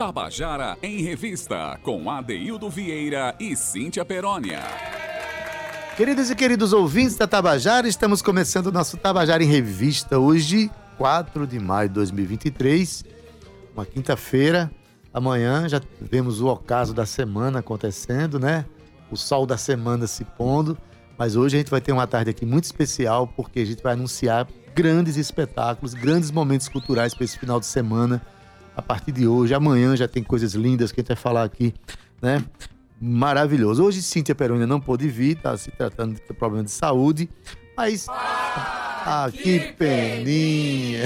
Tabajara em Revista, com Adeildo Vieira e Cíntia Perônia. Queridos e queridos ouvintes da Tabajara, estamos começando o nosso Tabajara em Revista. Hoje, 4 de maio de 2023, uma quinta-feira. Amanhã já vemos o ocaso da semana acontecendo, né? O sol da semana se pondo. Mas hoje a gente vai ter uma tarde aqui muito especial, porque a gente vai anunciar grandes espetáculos, grandes momentos culturais para esse final de semana. A partir de hoje, amanhã já tem coisas lindas que a gente vai falar aqui, né? Maravilhoso. Hoje Cíntia Perônia não pôde vir, tá se tratando de problema de saúde, mas... que peninha!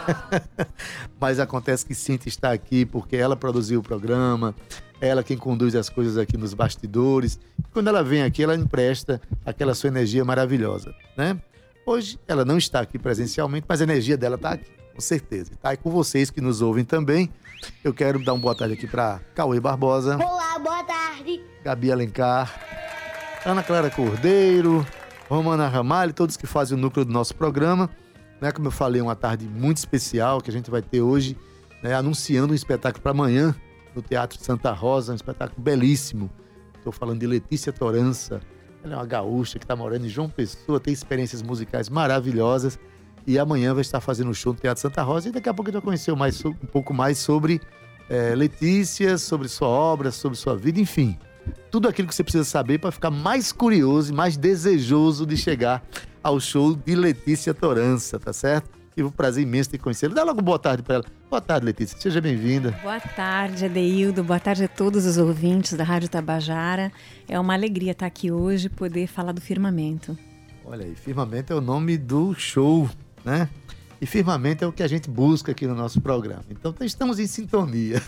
Mas acontece que Cíntia está aqui porque ela produziu o programa, ela quem conduz as coisas aqui nos bastidores. Quando ela vem aqui, ela empresta aquela sua energia maravilhosa, né? Hoje ela não está aqui presencialmente, mas a energia dela está aqui, com certeza. Está aí com vocês que nos ouvem também. Eu quero dar uma boa tarde aqui para Cauê Barbosa. Olá, boa tarde. Gabi Alencar, Ana Clara Cordeiro, Romana Ramalho, todos que fazem o núcleo do nosso programa. Né? Como eu falei, uma tarde muito especial que a gente vai ter hoje, né? Anunciando um espetáculo para amanhã no Teatro Santa Rosa, um espetáculo belíssimo. Estou falando de Letícia Torança. Ela é uma gaúcha que está morando em João Pessoa, tem experiências musicais maravilhosas e amanhã vai estar fazendo um show no Teatro Santa Rosa e daqui a pouco a gente vai conhecer um pouco mais sobre Letícia, sobre sua obra, sobre sua vida, enfim. Tudo aquilo que você precisa saber para ficar mais curioso e mais desejoso de chegar ao show de Letícia Torança, tá certo? Tive o prazer imenso de conhecê-la. Dá logo boa tarde para ela. Boa tarde, Letícia. Seja bem-vinda. Boa tarde, Adeildo. Boa tarde a todos os ouvintes da Rádio Tabajara. É uma alegria estar aqui hoje e poder falar do Firmamento. Olha aí, Firmamento é o nome do show, né? E Firmamento é o que a gente busca aqui no nosso programa. Então, estamos em sintonia.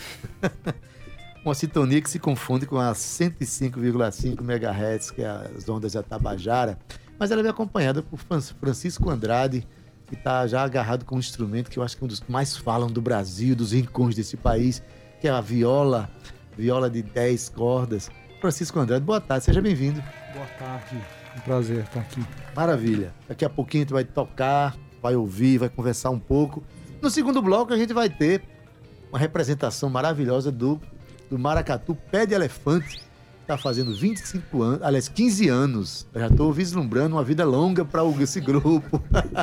Uma sintonia que se confunde com a 105,5 MHz, que é as ondas da Tabajara. Mas ela é acompanhada por Francisco Andrade, que está já agarrado com um instrumento que eu acho que é um dos que mais falam do Brasil, dos rincões desse país, que é a viola de 10 cordas. Francisco Andrade, boa tarde, seja bem-vindo. Boa tarde, um prazer estar aqui. Maravilha. Daqui a pouquinho a gente vai tocar, vai ouvir, vai conversar um pouco. No segundo bloco a gente vai ter uma representação maravilhosa do Maracatu Pé de Elefante, que está fazendo 25 anos, aliás, 15 anos. Eu já estou vislumbrando uma vida longa para esse grupo.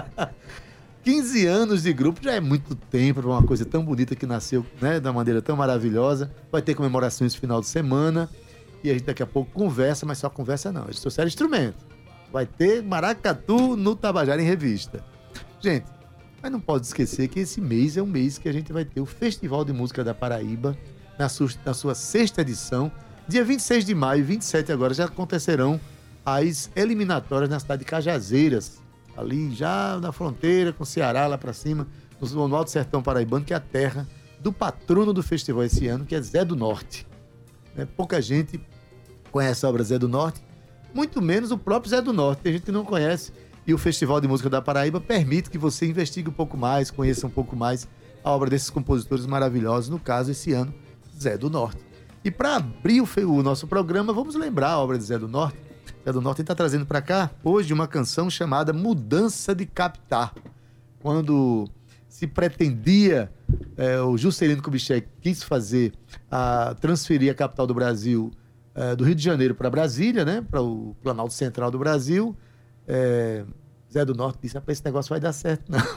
15 anos de grupo já é muito tempo para uma coisa tão bonita que nasceu, né, da maneira tão maravilhosa. Vai ter comemorações no final de semana e a gente daqui a pouco conversa, mas só conversa não. Eles trouxeram instrumento. Vai ter Maracatu no Tabajara em Revista. Gente, mas não pode esquecer que esse mês é um mês que a gente vai ter o Festival de Música da Paraíba na sua sexta edição. Dia 26 de maio e 27 agora já acontecerão as eliminatórias na cidade de Cajazeiras, ali já na fronteira com o Ceará, lá para cima, no Alto Sertão Paraibano, que é a terra do patrono do festival esse ano, que é Zé do Norte. Pouca gente conhece a obra Zé do Norte, muito menos o próprio Zé do Norte. Tem gente que não conhece e o Festival de Música da Paraíba permite que você investigue um pouco mais, conheça um pouco mais a obra desses compositores maravilhosos, no caso, esse ano, Zé do Norte. E para abrir o nosso programa, vamos lembrar a obra de Zé do Norte. Zé do Norte está trazendo para cá, hoje, uma canção chamada Mudança de Capital. Quando se pretendia, o Juscelino Kubitschek quis transferir a capital do Brasil, do Rio de Janeiro para Brasília, né, para o Planalto Central do Brasil, Zé do Norte disse, esse negócio vai dar certo, não.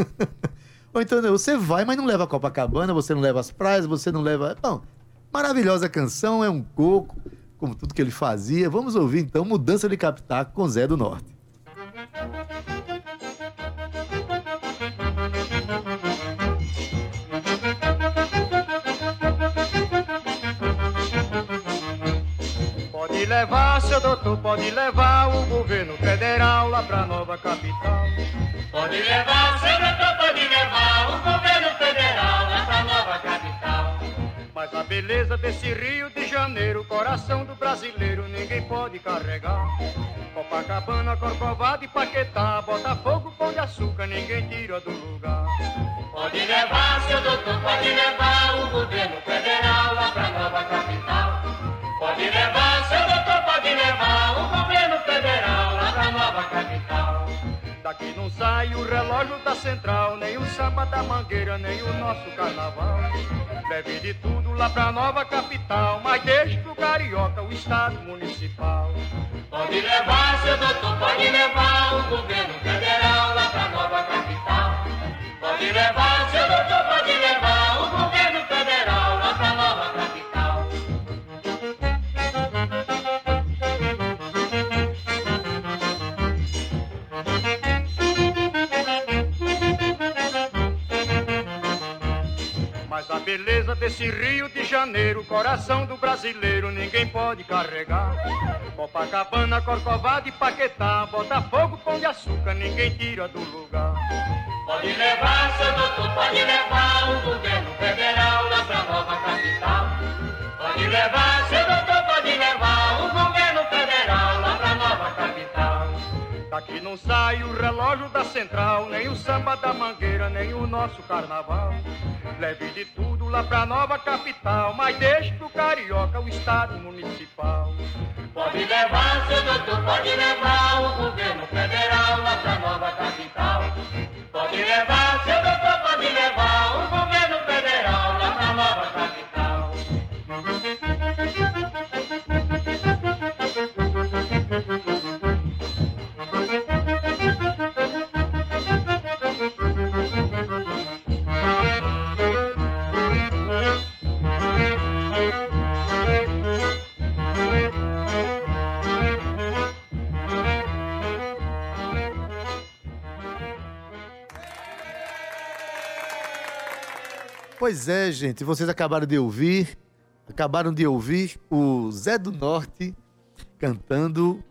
Ou então, você vai, mas não leva a Copacabana, você não leva as praias, você não leva... Não, maravilhosa canção, é um coco, como tudo que ele fazia. Vamos ouvir, então, Mudança de Capital com Zé do Norte. Pode levar, seu doutor, pode levar o governo federal lá pra nova capital. Pode levar, seu doutor, pode levar o governo federal lá pra nova capital. Mas a beleza desse Rio de Janeiro, coração do brasileiro, ninguém pode carregar. Copacabana, Corcovado e Paquetá, Botafogo, Pão de Açúcar, ninguém tira do lugar. Pode levar, seu doutor, pode levar o governo federal lá pra nova capital. Pode levar, seu doutor, pode levar o governo federal lá pra nova capital. Daqui Daqui não sai o relógio da central, nem o samba da mangueira, nem o nosso carnaval. Leve de tudo lá pra nova capital, mas deixe pro carioca o estado municipal. Pode levar, seu doutor, pode levar o governo federal lá pra nova capital. Pode levar, seu doutor, pode levar o governo federal lá pra nova capital. Mas a beleza desse Rio de Janeiro, coração do brasileiro, ninguém pode carregar. Copacabana, Corcovado e Paquetá, Botafogo, Pão de Açúcar, ninguém tira do lugar. Pode levar, seu doutor, pode levar o governo federal lá pra nova capital. Pode levar, seu doutor, pode levar o governo federal lá pra nova capital. Daqui não sai o relógio da central, nem o samba da mangueira, nem o nosso carnaval. Leve de tudo lá pra nova capital, mas deixe pro carioca o estado municipal. Pode levar, seu doutor, pode levar o governo federal lá pra nova capital. Pode levar, seu doutor, pode levar o governo federal lá pra nova capital. Pois é, gente, vocês acabaram de ouvir o Zé do Norte cantando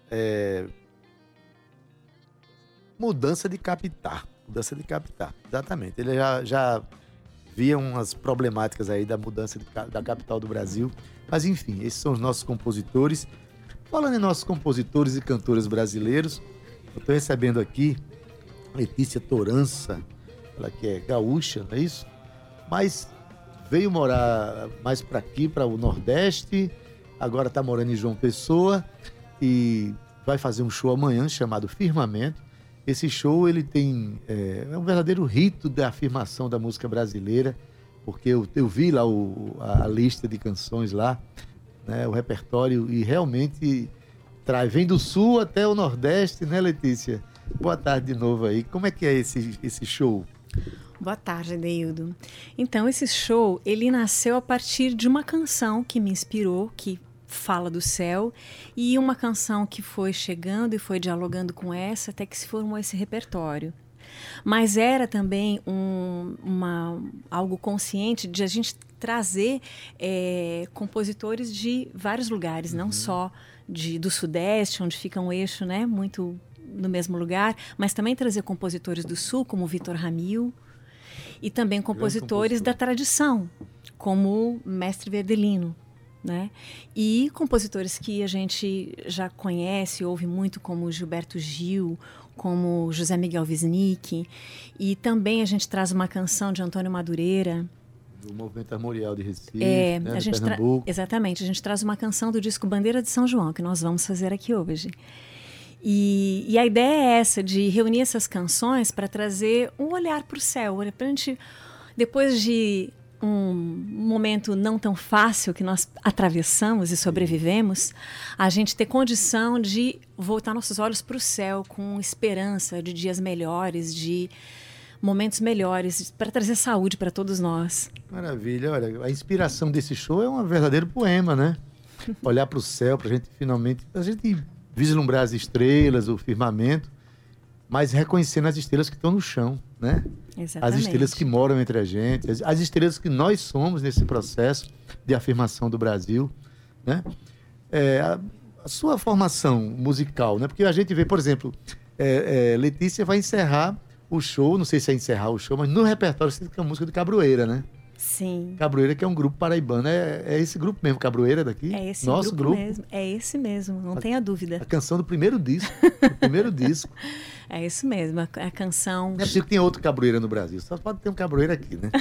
Mudança de Capital. Mudança de Capital, exatamente. Ele já via umas problemáticas aí da mudança da capital do Brasil. Mas enfim, esses são os nossos compositores. Falando em nossos compositores e cantores brasileiros, eu estou recebendo aqui Letícia Torança, ela que é gaúcha, não é isso? Mas veio morar mais para aqui, para o Nordeste, agora está morando em João Pessoa e vai fazer um show amanhã chamado Firmamento. Esse show ele tem é um verdadeiro rito da afirmação da música brasileira, porque eu vi lá a lista de canções lá, né, o repertório, e realmente vem do Sul até o Nordeste, né, Letícia? Boa tarde de novo aí. Como é que é esse show? Boa tarde, Adeildo. Então, esse show, ele nasceu a partir de uma canção que me inspirou, que fala do céu, e uma canção que foi chegando e foi dialogando com essa, até que se formou esse repertório. Mas era também algo consciente de a gente trazer compositores de vários lugares, não só do Sudeste, onde fica um eixo, né, muito no mesmo lugar, mas também trazer compositores do Sul, como Vitor Ramil, e também compositores da tradição, como o Mestre Verdelino, né? E compositores que a gente já conhece, ouve muito, como Gilberto Gil, como José Miguel Wisnik, e também a gente traz uma canção de Antônio Madureira, do Movimento Armorial de Recife, né, de Pernambuco. Exatamente, a gente traz uma canção do disco Bandeira de São João, que nós vamos fazer aqui hoje. E a ideia é essa, de reunir essas canções para trazer um olhar para o céu, para a gente, depois de um momento não tão fácil que nós atravessamos e sobrevivemos, a gente ter condição de voltar nossos olhos para o céu com esperança de dias melhores, de momentos melhores, para trazer saúde para todos nós. Maravilha, olha, a inspiração desse show é um verdadeiro poema, né? Olhar para o céu, para a gente finalmente vislumbrar as estrelas, o firmamento, mas reconhecendo as estrelas que estão no chão, né? Exatamente. As estrelas que moram entre a gente, as estrelas que nós somos nesse processo de afirmação do Brasil, né? A sua formação musical, né? Porque a gente vê, por exemplo, Letícia vai encerrar o show, não sei se é encerrar o show, mas no repertório você tem a música de Cabroeira, né? Sim. Cabroeira, que é um grupo paraibano. É esse grupo mesmo, Cabroeira daqui? É esse nosso grupo mesmo. É esse mesmo, não tenha dúvida. A canção do primeiro disco. É isso mesmo, a canção... Não é possível que tenha outro Cabroeira no Brasil. Só pode ter um Cabroeira aqui, né?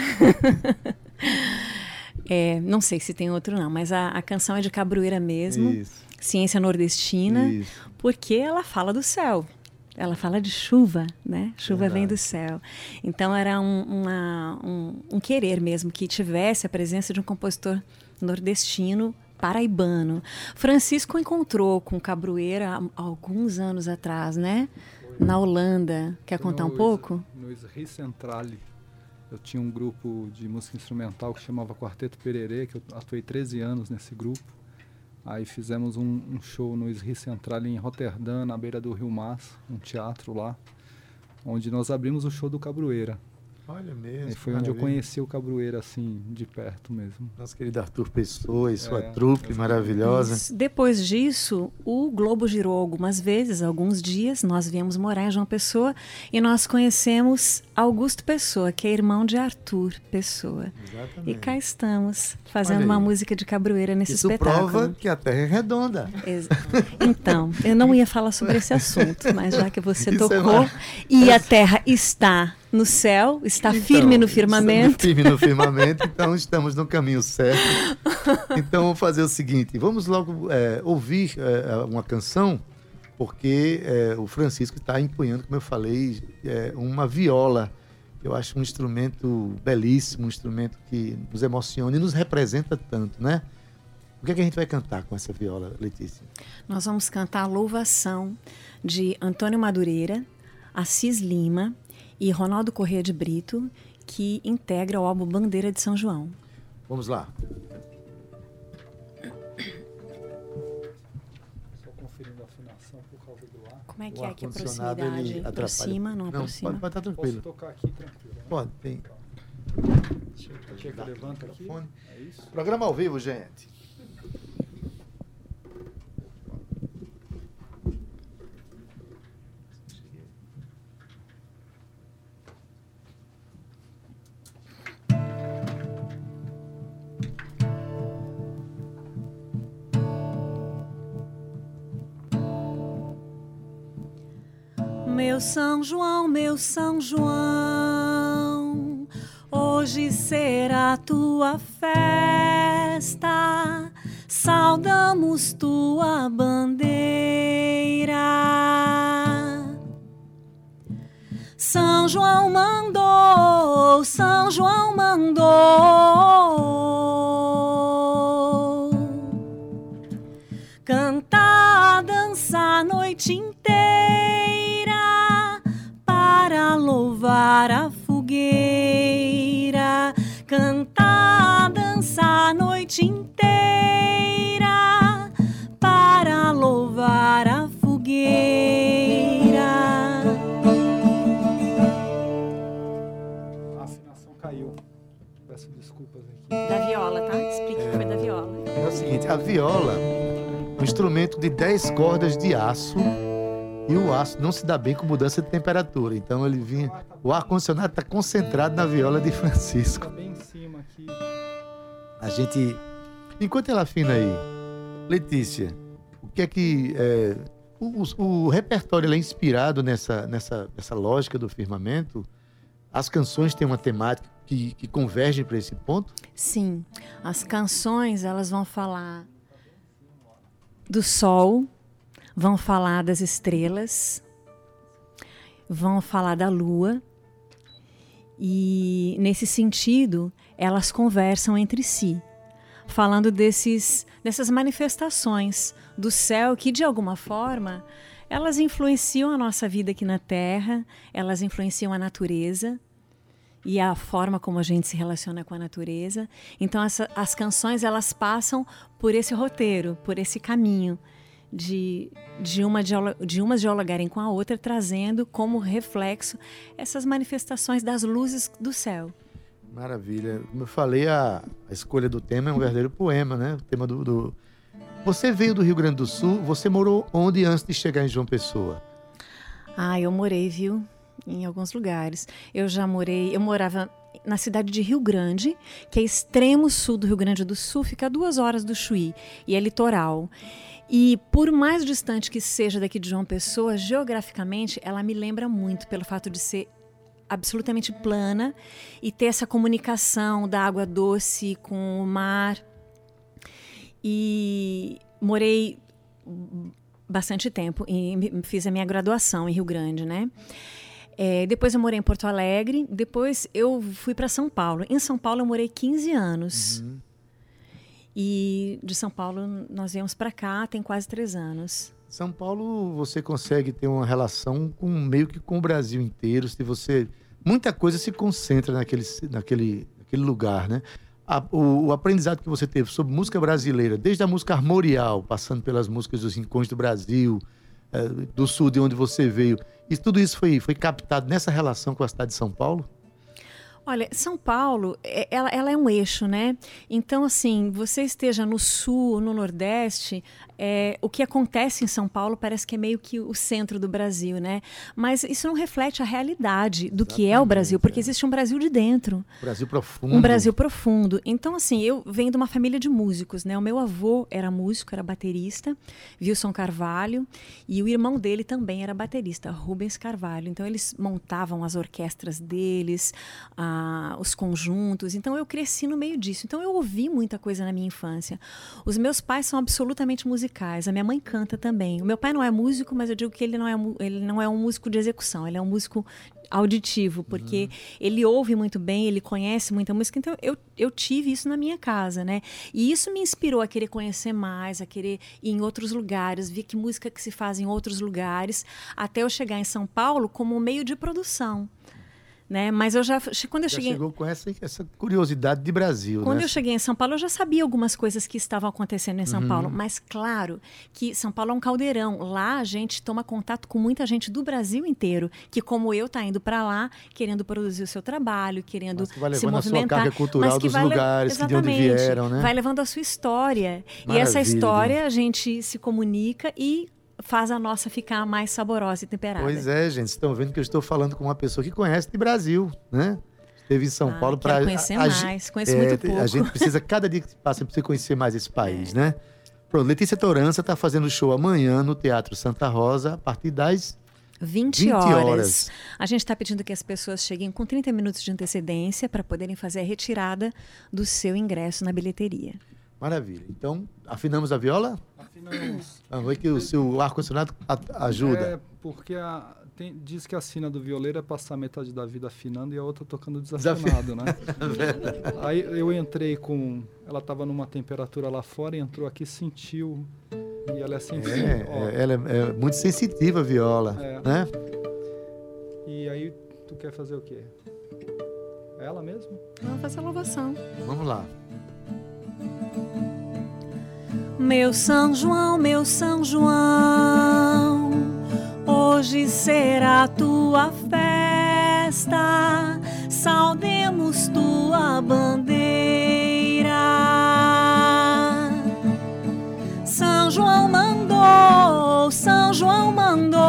Não sei se tem outro não, mas a canção é de Cabroeira mesmo. Isso. Ciência Nordestina. Isso. Porque ela fala do céu. Ela fala de chuva, né? Chuva vem do céu. Então era um querer mesmo que tivesse a presença de um compositor nordestino, paraibano. Francisco encontrou com Cabroeira há alguns anos atrás, né? Na Holanda. Quer contar um pouco? No Esri Centrale. Eu tinha um grupo de música instrumental que chamava Quarteto Pererê, que eu atuei 13 anos nesse grupo. Aí fizemos um show no Esri Centrale em Roterdã, na beira do Rio Maas, um teatro lá, onde nós abrimos o show do Cabroeira. Olha mesmo. E foi onde eu conheci o Cabroeira, assim, de perto mesmo. Nosso querido Arthur Pessoa e sua trupe maravilhosa. Isso. Depois disso, o globo girou algumas vezes, alguns dias. Nós viemos morar em João Pessoa e nós conhecemos Augusto Pessoa, que é irmão de Arthur Pessoa. Exatamente. E cá estamos, fazendo uma música de Cabroeira nesse espetáculo. Isso prova que a Terra é redonda. Então, eu não ia falar sobre esse assunto, mas já que você tocou, e a Terra está no céu, está firme no firmamento. Firme no firmamento, então estamos no caminho certo. Então vamos fazer o seguinte, vamos logo ouvir uma canção, porque o Francisco está empunhando, como eu falei, uma viola. Eu acho um instrumento belíssimo, um instrumento que nos emociona e nos representa tanto, né? O que é que a gente vai cantar com essa viola, Letícia? Nós vamos cantar a Louvação de Antônio Madureira, Assis Lima e Ronaldo Corrêa de Brito, que integra o álbum Bandeira de São João. Vamos lá. Só conferindo a afinação por causa do ar. Como é que é aqui a proximidade? Aproxima, não aproxima? Pode estar tranquilo. Posso tocar aqui tranquilo, né? Pode, tem. Chega, levanta aqui. É isso? Programa ao vivo, gente. Meu São João, hoje será tua festa, saudamos tua bandeira. São João mandou, São João mandou cantar, dançar a noite inteira para louvar a fogueira, cantar, dançar a noite inteira para louvar a fogueira. A afinação caiu. Peço desculpas aqui. Da viola, tá? Explique que foi da viola. É o seguinte, a viola é um instrumento de 10 cordas de aço. E o aço não se dá bem com mudança de temperatura. Então ele vinha. O ar-condicionado está concentrado na viola de Francisco. Está bem em cima aqui. A gente. Enquanto ela afina aí, Letícia, o que é que. O repertório ele é inspirado nessa lógica do firmamento? As canções têm uma temática que convergem para esse ponto? Sim. As canções, elas vão falar do sol, vão falar das estrelas, vão falar da lua. E, nesse sentido, elas conversam entre si, falando dessas manifestações do céu que, de alguma forma, elas influenciam a nossa vida aqui na Terra, elas influenciam a natureza e a forma como a gente se relaciona com a natureza. Então, as canções, elas passam por esse roteiro, por esse caminho de umas dialogarem com a outra, trazendo como reflexo essas manifestações das luzes do céu. Maravilha. Como eu falei, a escolha do tema é um verdadeiro poema, né? O tema do... Você veio do Rio Grande do Sul, você morou onde antes de chegar em João Pessoa? Eu morei, viu? Em alguns lugares. Eu morava na cidade de Rio Grande, que é extremo sul do Rio Grande do Sul, fica a 2 horas do Chuí, e é litoral. E por mais distante que seja daqui de João Pessoa, geograficamente, ela me lembra muito pelo fato de ser absolutamente plana e ter essa comunicação da água doce com o mar. E morei bastante tempo e fiz a minha graduação em Rio Grande, né? Depois eu morei em Porto Alegre, depois eu fui para São Paulo. Em São Paulo eu morei 15 anos. E de São Paulo nós viemos para cá tem quase 3 anos. São Paulo, você consegue ter uma relação meio que com o Brasil inteiro. Se você, muita coisa se concentra naquele lugar, né? O aprendizado que você teve sobre música brasileira, desde a música armorial, passando pelas músicas dos rincões do Brasil, do sul de onde você veio, tudo isso foi captado nessa relação com a cidade de São Paulo? Olha, São Paulo, ela é um eixo, né? Então, assim, você esteja no sul ou no nordeste, o que acontece em São Paulo parece que é meio que o centro do Brasil, né? Mas isso não reflete a realidade do que é o Brasil, porque existe um Brasil de dentro. Brasil profundo. Um Brasil profundo. Então, assim, eu venho de uma família de músicos, né? O meu avô era músico, era baterista, Wilson Carvalho, e o irmão dele também era baterista, Rubens Carvalho. Então, eles montavam as orquestras deles, os conjuntos. Então, eu cresci no meio disso. Então, eu ouvi muita coisa na minha infância. Os meus pais são absolutamente musicais. A minha mãe canta também. O meu pai não é músico, mas eu digo que ele não é um músico de execução. Ele é um músico auditivo, porque ele ouve muito bem, ele conhece muita música. Então, eu tive isso na minha casa, né? E isso me inspirou a querer conhecer mais, a querer ir em outros lugares, ver que música que se faz em outros lugares, até eu chegar em São Paulo como meio de produção. Né? Mas quando eu cheguei... chegou com essa curiosidade de Brasil. Quando né? eu cheguei em São Paulo, eu já sabia algumas coisas que estavam acontecendo em São Paulo. Mas claro que São Paulo é um caldeirão. Lá a gente toma contato com muita gente do Brasil inteiro, que como eu está indo para lá, querendo produzir o seu trabalho, querendo se movimentar. A sua carga cultural dos lugares, de onde vieram, né? Vai levando a sua história. Maravilha. E essa história a gente se comunica e faz a nossa ficar mais saborosa e temperada. Pois é, gente. Vocês estão vendo que eu estou falando com uma pessoa que conhece de Brasil, né? Esteve em São Paulo para conhecer mais, conheço muito pouco. A gente precisa, cada dia que passa, precisa conhecer mais esse país, né? Pronto, Letícia Torança está fazendo show amanhã no Teatro Santa Rosa, a partir das 20 horas. A gente está pedindo que as pessoas cheguem com 30 minutos de antecedência para poderem fazer a retirada do seu ingresso na bilheteria. Maravilha. Então, afinamos a viola? Afinamos. Vamos ver que o seu ar-condicionado ajuda. Porque diz que a sina do violeiro é passar metade da vida afinando e a outra tocando desafinado, né? Aí eu entrei ela estava numa temperatura lá fora, entrou aqui, sentiu. E ela é sensível. Ela é muito sensitiva, a viola, né? E aí, tu quer fazer o quê? Ela mesmo? Vamos fazer a louvação. Vamos lá. Meu São João, hoje será tua festa, saudemos tua bandeira. São João mandou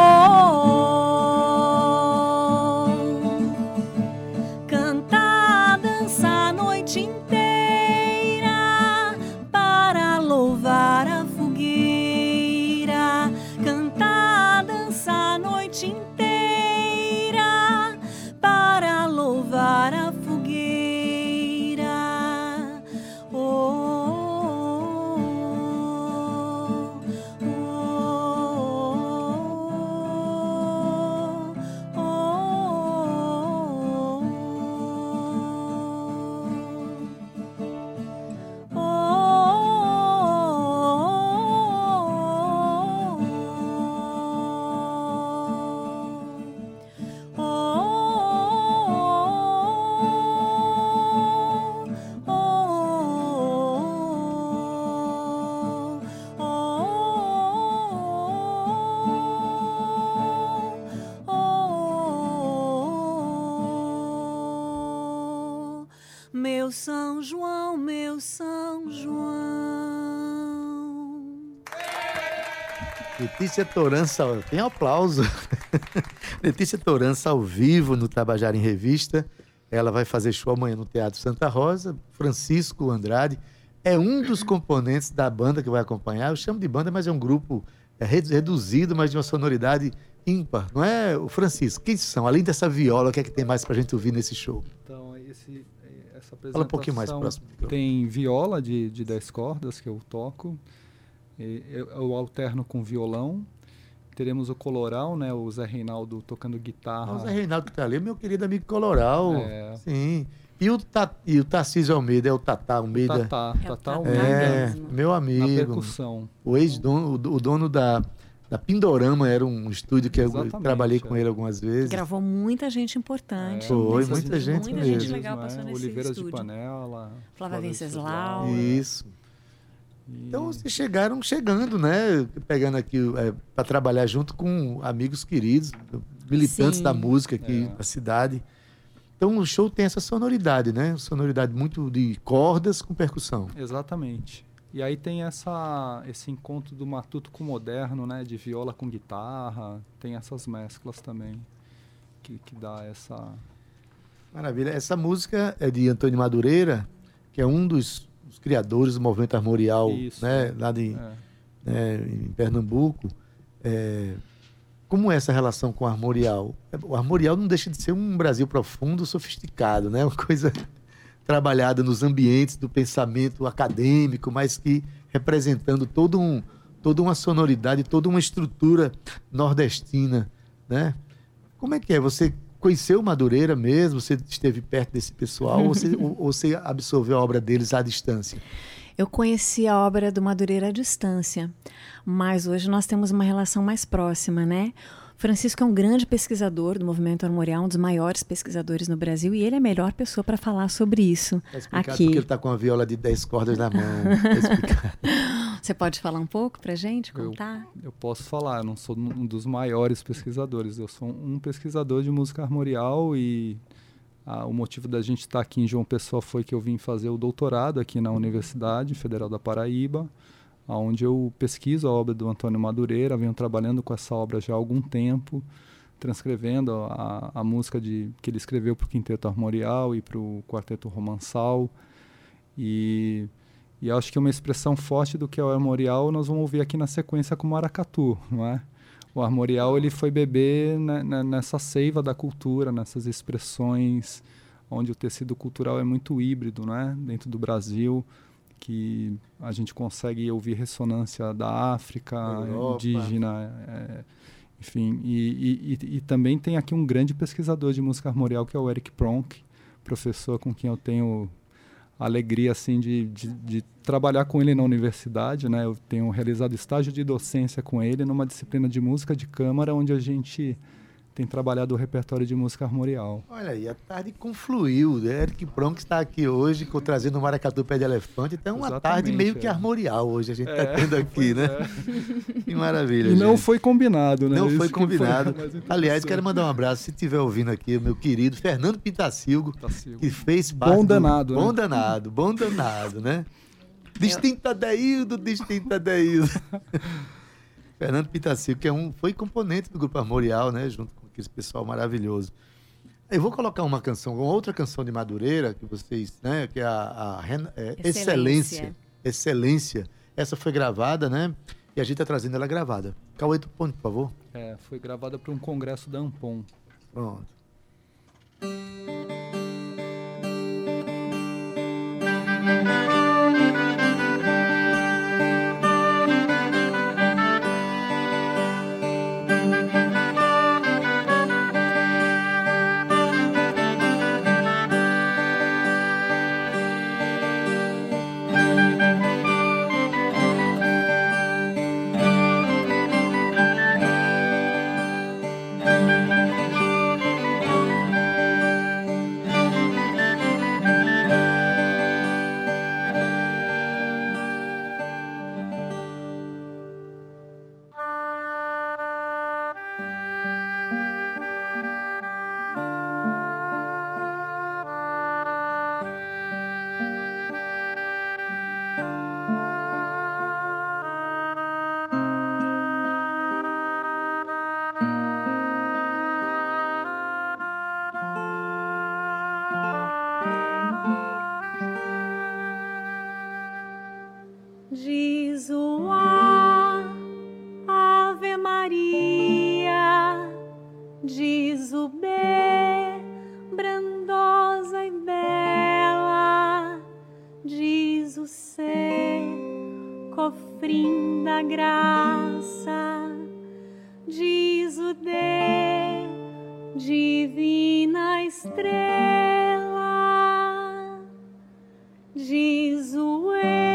cantar, dançar a noite inteira para louvar a fogueira. Cantar, dançar a noite inteira para louvar a fogueira. Meu São João, meu São João. Letícia Torança, tem aplauso. Letícia Torança ao vivo no Tabajara em Revista. Ela vai fazer show amanhã no Teatro Santa Rosa. Francisco Andrade é um dos componentes da banda que vai acompanhar. Eu chamo de banda, mas é um grupo reduzido, mas de uma sonoridade ímpar. Não é, o Francisco? Quem são? Além dessa viola, o que é que tem mais pra gente ouvir nesse show? Então, essa apresentação Fala um pouquinho mais próximo. Tem viola de 10 cordas que eu toco. Eu alterno com violão. Teremos o coloral, né? O Zé Reinaldo tocando guitarra. O Zé Reinaldo que tá ali, meu querido amigo coloral. Sim. E o Tarcísio Almeida, é o Tatá Almeida. Tatá Almeida. Meu amigo. Na percussão. O ex-dono, o dono da Pindorama, era um estúdio que eu trabalhei com ele algumas vezes. Gravou muita gente importante. Foi, muita gente mesmo. Muita gente legal passou nesse Oliveiras estúdio. de Panela. Flávia Venceslau. Isso. Então vocês chegaram chegando, né? Pegando aqui para trabalhar junto com amigos queridos, militantes da música aqui da cidade. Então o show tem essa sonoridade, né? Sonoridade muito de cordas com percussão. Exatamente. E aí tem esse encontro do matuto com o moderno, né? De viola com guitarra. Tem essas mesclas também que dá essa... Maravilha. Essa música é de Antônio Madureira, que é um dos criadores do movimento armorial, né? Lá em Pernambuco. Como é essa relação com o armorial? O armorial não deixa de ser um Brasil profundo, sofisticado, né? Uma coisa trabalhada nos ambientes do pensamento acadêmico, mas que representando toda uma sonoridade, toda uma estrutura nordestina, né? Como é que é? Você conheceu Madureira mesmo? Você esteve perto desse pessoal? Ou você absorveu a obra deles à distância? Eu conheci a obra do Madureira à distância, mas hoje nós temos uma relação mais próxima, né? Francisco é um grande pesquisador do movimento armorial, um dos maiores pesquisadores no Brasil, e ele é a melhor pessoa para falar sobre isso aqui. Porque ele está com uma viola de 10 cordas na mão. Você pode falar um pouco para a gente, contar? Eu posso falar, eu não sou um dos maiores pesquisadores, eu sou um pesquisador de música armorial e... o motivo da gente estar aqui em João Pessoa foi que eu vim fazer o doutorado aqui na Universidade Federal da Paraíba, onde eu pesquiso a obra do Antônio Madureira, venho trabalhando com essa obra já há algum tempo, transcrevendo a música que ele escreveu para o Quinteto Armorial e para o Quarteto Romançal. E acho que uma expressão forte do que é o armorial nós vamos ouvir aqui na sequência com o maracatu, não é? O armorial ele foi beber nessa seiva da cultura, nessas expressões onde o tecido cultural é muito híbrido, né? Dentro do Brasil, que a gente consegue ouvir ressonância da África, indígena, enfim. E também tem aqui um grande pesquisador de música armorial, que é o Eric Pronk, professor com quem eu tenho a alegria assim, de trabalhar com ele na universidade, né? Eu tenho realizado estágio de docência com ele numa disciplina de música de câmara, onde a gente tem trabalhado o repertório de música armorial. Olha aí, a tarde confluiu. Eric Pronk está aqui hoje, trazendo o Maracatu Pé de Elefante. Então, uma tarde meio que armorial hoje a gente está tendo aqui, né? Que maravilha, E não foi combinado, né? Não foi combinado. Aliás, quero mandar um abraço, se estiver ouvindo aqui, o meu querido Fernando Pintacilgo, que fez parte Bom danado, né? Bom danado, né? Distinta Deildo. Fernando Pintacilgo, que foi componente do Grupo Armorial, né? Junto com esse pessoal maravilhoso. Eu vou colocar uma outra canção de Madureira, que vocês, né? Que é a Excelência. Essa foi gravada, né? E a gente está trazendo ela gravada. Cauê, tu põe, por favor. Foi gravada para um congresso da Ampom. Pronto. sofrendo a graça, diz o de divina estrela, diz o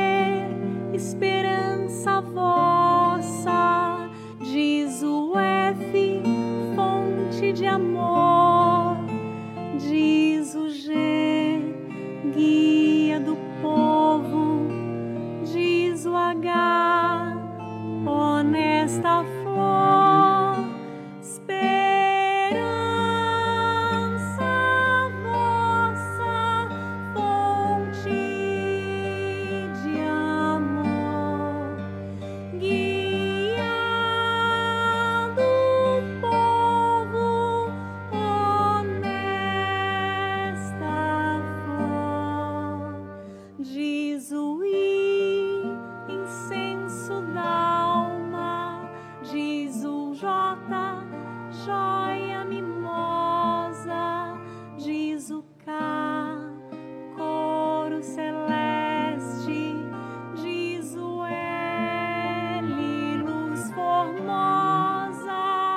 esperança vossa, diz o F, fonte de amor, diz o G, guia do povo, diz o H, honesta flor, esperança vossa, fonte de amor, guia do povo, honesta flor, diz o I, incenso d'alma, diz o J, joia mimosa, diz o K, coro celeste, diz o L, luz formosa.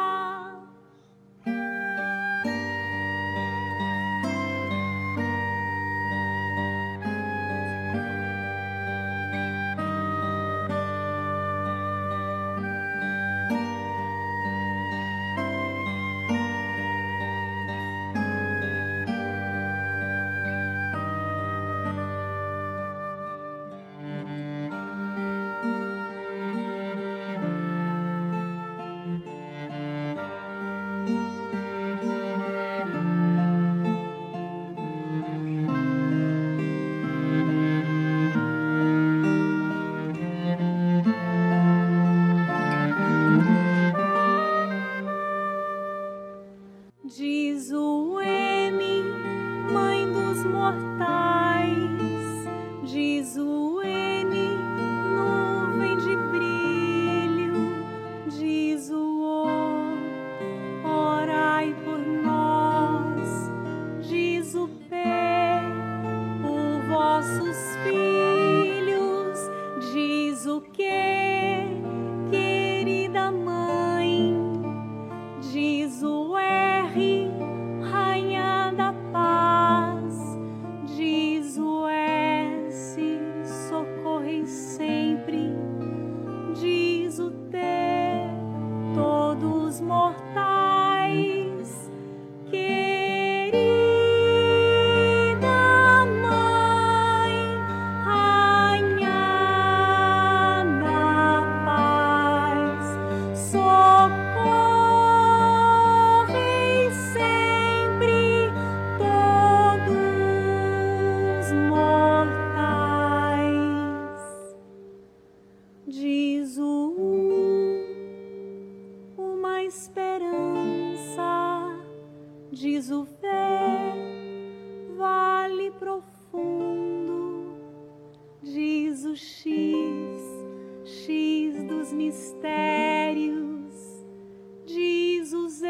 Diz o M, mãe dos mortais, diz o N, nuvem de brilho, diz o O, orai por nós, diz o P, por vossos filhos, diz o Q, querida mãe, diz o R, rainha da paz, diz o S, socorrei sempre, diz o T, todos mortais, querida mãe, rainha da paz, socorrei sempre todos mortais, diz o U, uma esperança, diz o V, vale profundo, diz o X, X dos mistérios, diz o Z,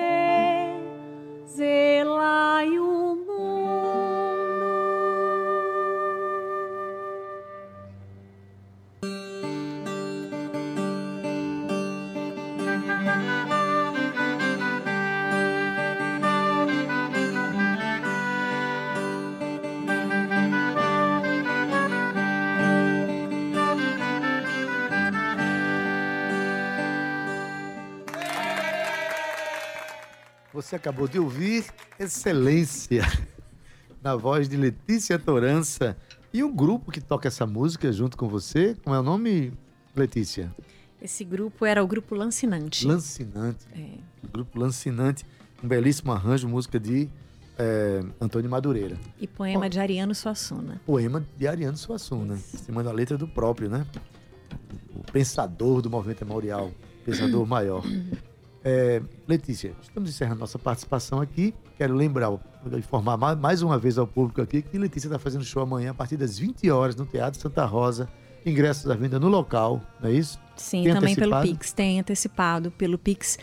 zelai o mundo. Você acabou de ouvir Excelência, na voz de Letícia Torança. E o grupo que toca essa música junto com você, como é o nome, Letícia? Esse grupo era o Grupo Lancinante. Lancinante. É. O Grupo Lancinante, um belíssimo arranjo, música de Antônio Madureira. E poema de Ariano Suassuna. Poema de Ariano Suassuna. Você manda a letra do próprio, né? O pensador do movimento memorial, pensador maior. Letícia, estamos encerrando nossa participação aqui. Quero informar mais uma vez ao público aqui que Letícia está fazendo show amanhã a partir das 20 horas no Teatro Santa Rosa. Ingressos à venda no local, não é isso? Sim, tem também antecipado? Pelo Pix. Tem antecipado pelo Pix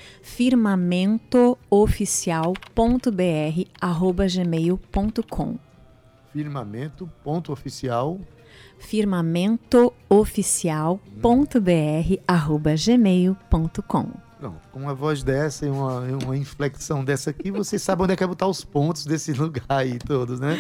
firmamentooficial.br@gmail.com. Firmamento.oficial firmamentooficial.br@gmail.com. Pronto, com uma voz dessa e uma inflexão dessa aqui, vocês sabem onde é que é botar os pontos desse lugar aí todos, né?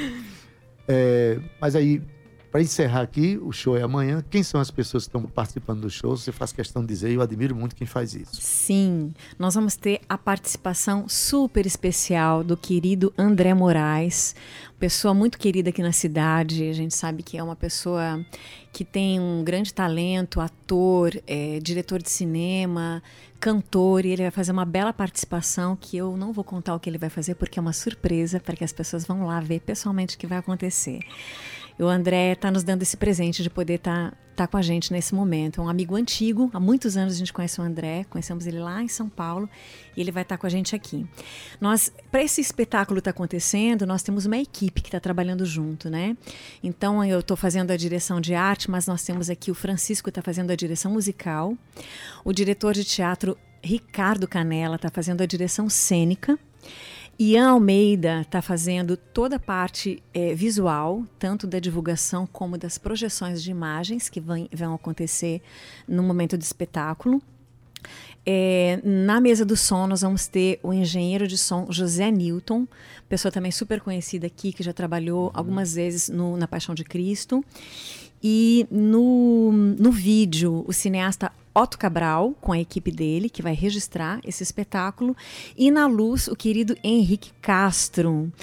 Mas aí, para encerrar aqui, o show é amanhã. Quem são as pessoas que estão participando do show? Você faz questão de dizer, eu admiro muito quem faz isso. Sim, nós vamos ter a participação super especial do querido André Moraes, pessoa muito querida aqui na cidade. A gente sabe que é uma pessoa que tem um grande talento, ator, diretor de cinema, cantor, e ele vai fazer uma bela participação que eu não vou contar o que ele vai fazer porque é uma surpresa para que as pessoas vão lá ver pessoalmente o que vai acontecer. E o André está nos dando esse presente de poder estar com a gente nesse momento. É um amigo antigo, há muitos anos a gente conhece o André, conhecemos ele lá em São Paulo e ele vai estar com a gente aqui. Para esse espetáculo estar acontecendo, nós temos uma equipe que está trabalhando junto, né? Então eu estou fazendo a direção de arte, mas nós temos aqui o Francisco está fazendo a direção musical, o diretor de teatro Ricardo Canella está fazendo a direção cênica, Ian Almeida está fazendo toda a parte visual, tanto da divulgação como das projeções de imagens que vão acontecer no momento do espetáculo. Na mesa do som nós vamos ter o engenheiro de som José Newton, pessoa também super conhecida aqui, que já trabalhou algumas vezes na Paixão de Cristo. E no vídeo, o cineasta Otto Cabral, com a equipe dele, que vai registrar esse espetáculo. E na luz, o querido Henrique Castro,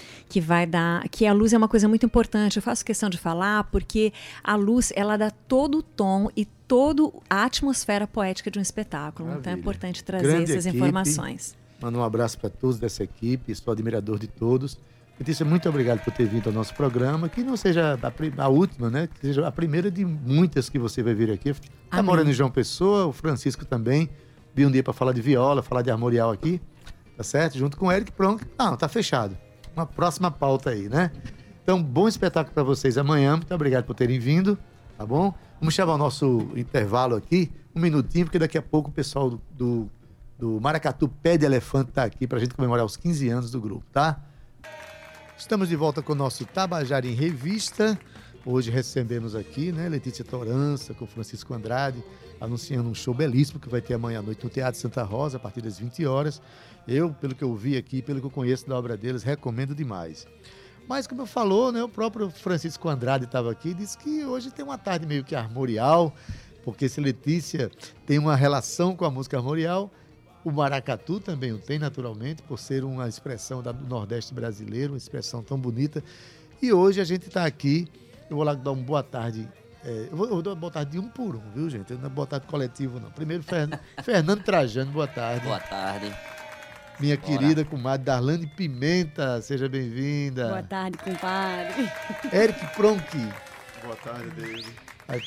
que a luz é uma coisa muito importante. Eu faço questão de falar porque a luz, ela dá todo o tom e toda a atmosfera poética de um espetáculo. Maravilha. Então é importante trazer Grande essas equipe. informações. Mando um abraço para todos dessa equipe, sou admirador de todos. Letícia, muito obrigado por ter vindo ao nosso programa, que não seja a última, né? Que seja a primeira de muitas que você vai vir aqui. Está morando em João Pessoa, o Francisco também. Vi um dia para falar de viola, falar de armorial aqui, tá certo? Junto com o Eric, pronto. Não, tá fechado. Uma próxima pauta aí, né? Então, bom espetáculo para vocês amanhã. Muito obrigado por terem vindo, tá bom? Vamos chamar o nosso intervalo aqui, um minutinho, porque daqui a pouco o pessoal do Maracatu Pé de Elefante tá aqui pra gente comemorar os 15 anos do grupo, tá? Estamos de volta com o nosso Tabajara em Revista. Hoje recebemos aqui, né, Letícia Torança com Francisco Andrade, anunciando um show belíssimo que vai ter amanhã à noite no Teatro Santa Rosa, a partir das 20 horas. Eu, pelo que eu vi aqui, pelo que eu conheço da obra deles, recomendo demais. Mas, como eu falou, né, o próprio Francisco Andrade estava aqui e disse que hoje tem uma tarde meio que armorial, porque se Letícia tem uma relação com a música armorial, o maracatu também o tem, naturalmente, por ser uma expressão do Nordeste brasileiro, uma expressão tão bonita. E hoje a gente está aqui, eu vou lá dar uma boa tarde, eu vou dar uma boa tarde de um por um, viu, gente? Não é boa tarde coletivo, não. Primeiro, Fernando Trajano, boa tarde. Boa tarde. Minha Bora. querida comadre Darlane Pimenta, seja bem-vinda. Boa tarde, compadre. Eric Pronk. Boa tarde, Deildo. Aí,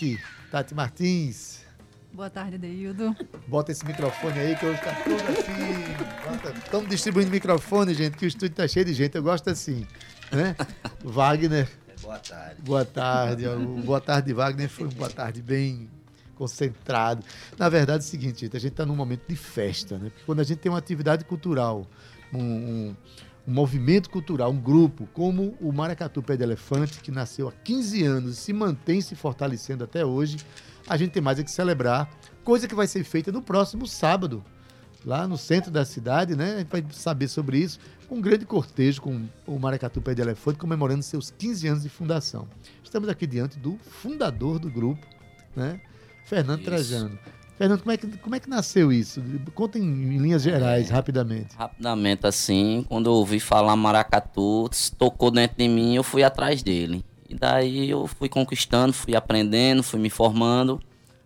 Tati Martins. Boa tarde, Deildo. Bota esse microfone aí que eu vou ficar todo assim. Estamos distribuindo microfone, gente, que o estúdio tá cheio de gente. Eu gosto assim, né? Wagner. Boa tarde. Boa tarde. O boa tarde de Wagner foi uma boa tarde bem concentrado. Na verdade é o seguinte, gente, a gente está num momento de festa, né? Porque quando a gente tem uma atividade cultural, um movimento cultural, um grupo como o Maracatu Pé de Elefante, que nasceu há 15 anos e se mantém se fortalecendo até hoje, a gente tem mais que celebrar, coisa que vai ser feita no próximo sábado, lá no centro da cidade, né? A gente vai saber sobre isso, um grande cortejo com o Maracatu Pé de Elefante, comemorando seus 15 anos de fundação. Estamos aqui diante do fundador do grupo, né? Fernando Trajano. Fernando, como é que nasceu isso? Conta em linhas gerais, rapidamente. Rapidamente, assim, quando eu ouvi falar maracatu, tocou dentro de mim, eu fui atrás dele. E daí eu fui conquistando, fui aprendendo, fui me formando,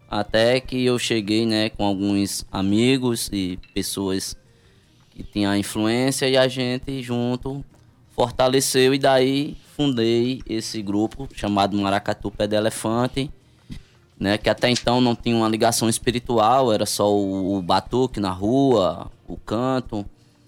até que eu cheguei, né, com alguns amigos e pessoas que tinham influência e a gente junto fortaleceu e daí fundei esse grupo chamado Maracatu Pé de Elefante, né, que até então não tinha uma ligação espiritual, era só o batuque na rua, o canto,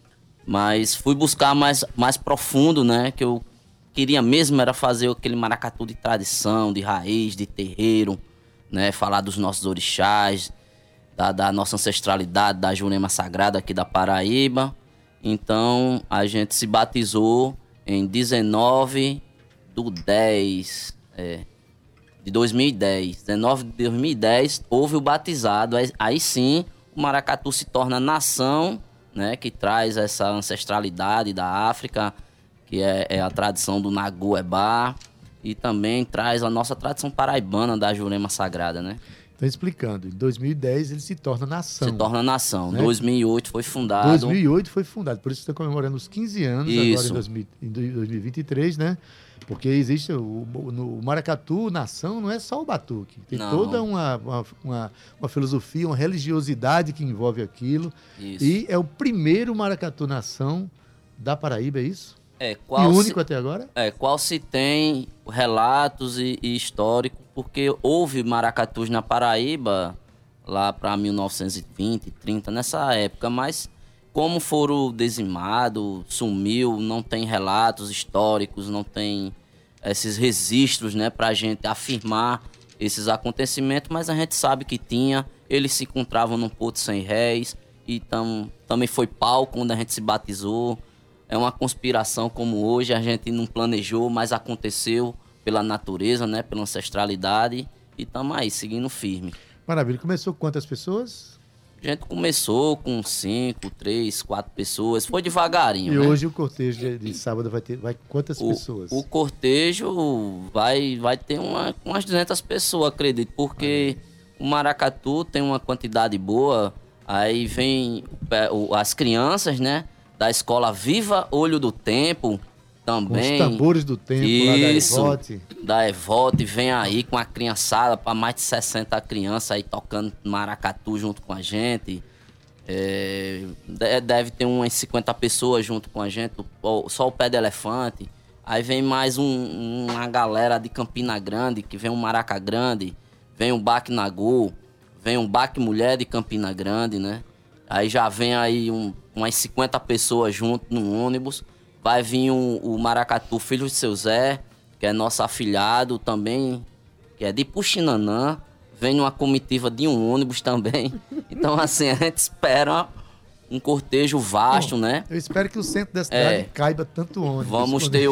mas fui buscar mais profundo, né, que eu queria mesmo era fazer aquele maracatu de tradição, de raiz, de terreiro, né, falar dos nossos orixás, da nossa ancestralidade, da Jurema Sagrada aqui da Paraíba. Então a gente se batizou em 19/10 de 2010. 19 de 2010 houve o batizado. Aí sim o maracatu se torna nação, né? Que traz essa ancestralidade da África, que é a tradição do Naguebá, e também traz a nossa tradição paraibana da Jurema Sagrada, né? Então, explicando, em 2010 ele se torna nação. Se torna nação. Né? 2008 foi fundado. 2008 foi fundado, por isso está comemorando os 15 anos Isso. agora em 2023, né? Porque existe o maracatu, nação, não é só o batuque. Tem Não. toda uma filosofia, uma religiosidade que envolve aquilo. Isso. E é o primeiro maracatu nação da Paraíba, é isso? É, E único até agora? Qual se tem relatos e histórico, porque houve maracatus na Paraíba lá para 1920, 30, nessa época, mas como foram dizimados, sumiu, não tem relatos históricos, não tem esses registros, né, para a gente afirmar esses acontecimentos, mas a gente sabe que tinha, eles se encontravam num Porto Sem Réis, e também foi palco quando a gente se batizou. É uma conspiração como hoje, a gente não planejou, mas aconteceu pela natureza, né, pela ancestralidade, e estamos aí, seguindo firme. Maravilha. Começou com quantas pessoas? A gente começou com 5, 3, 4 pessoas, foi devagarinho, E né? hoje o cortejo de sábado vai quantas pessoas? O cortejo vai ter umas 200 pessoas, acredito, porque o maracatu tem uma quantidade boa, aí vem as crianças, né, da escola Viva Olho do Tempo, também. Com os tambores do tempo Isso, lá da Evote. Da Evote, vem aí com a criançada, para mais de 60 crianças aí tocando maracatu junto com a gente. Deve ter umas 50 pessoas junto com a gente, só o Pé de Elefante. Aí vem mais uma galera de Campina Grande, que vem um Maraca Grande, vem um Baque Nagu, vem um Baque Mulher de Campina Grande, né? Aí já vem aí umas 50 pessoas junto no ônibus. Vai vir o maracatu Filho de Seu Zé, que é nosso afilhado também, que é de Puxinanã. Vem uma comitiva de um ônibus também. Então, assim, a gente espera um cortejo vasto, né? Eu espero que o centro da cidade caiba tanto ônibus. Vamos ter